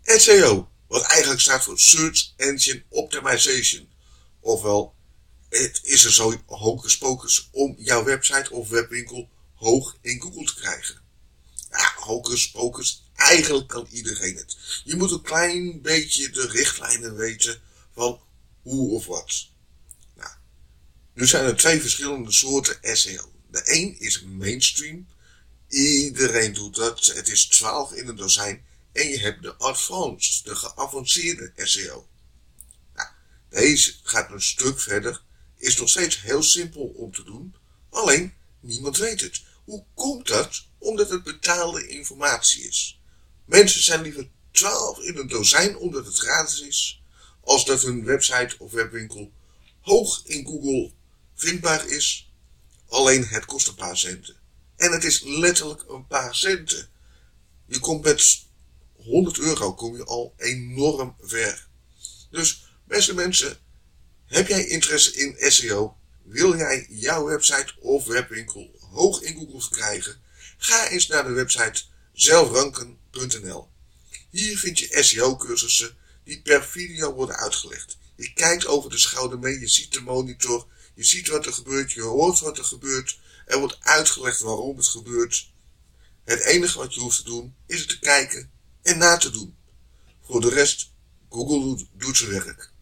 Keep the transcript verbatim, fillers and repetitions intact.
S E O, wat eigenlijk staat voor Search Engine Optimization. Ofwel, het is er zo hocus pocus om jouw website of webwinkel hoog in Google te krijgen. Ja, hocus pocus, eigenlijk kan iedereen het. Je moet een klein beetje de richtlijnen weten van hoe of wat. Nou, nu zijn er twee verschillende soorten S E O. De een is mainstream. Iedereen doet dat. Het is twaalf in een dozijn. En je hebt de advanced, de geavanceerde S E O. Nou, deze gaat een stuk verder. Is nog steeds heel simpel om te doen. Alleen, niemand weet het. Hoe komt dat? Omdat het betaalde informatie is. Mensen zijn liever twaalf in een dozijn omdat het gratis is, als dat hun website of webwinkel hoog in Google vindbaar is. Alleen het kost een paar centen. En het is letterlijk een paar centen. Je komt met honderd euro kom je al enorm ver. Dus, beste mensen, heb jij interesse in S E O? Wil jij jouw website of webwinkel hoog in Google krijgen? Ga eens naar de website zelfranken punt n l. Hier vind je S E O cursussen die per video worden uitgelegd. Je kijkt over de schouder mee, je ziet de monitor, je ziet wat er gebeurt, je hoort wat er gebeurt. Er wordt uitgelegd waarom het gebeurt. Het enige wat je hoeft te doen is het te kijken en na te doen. Voor de rest, Google doet, doet zijn werk.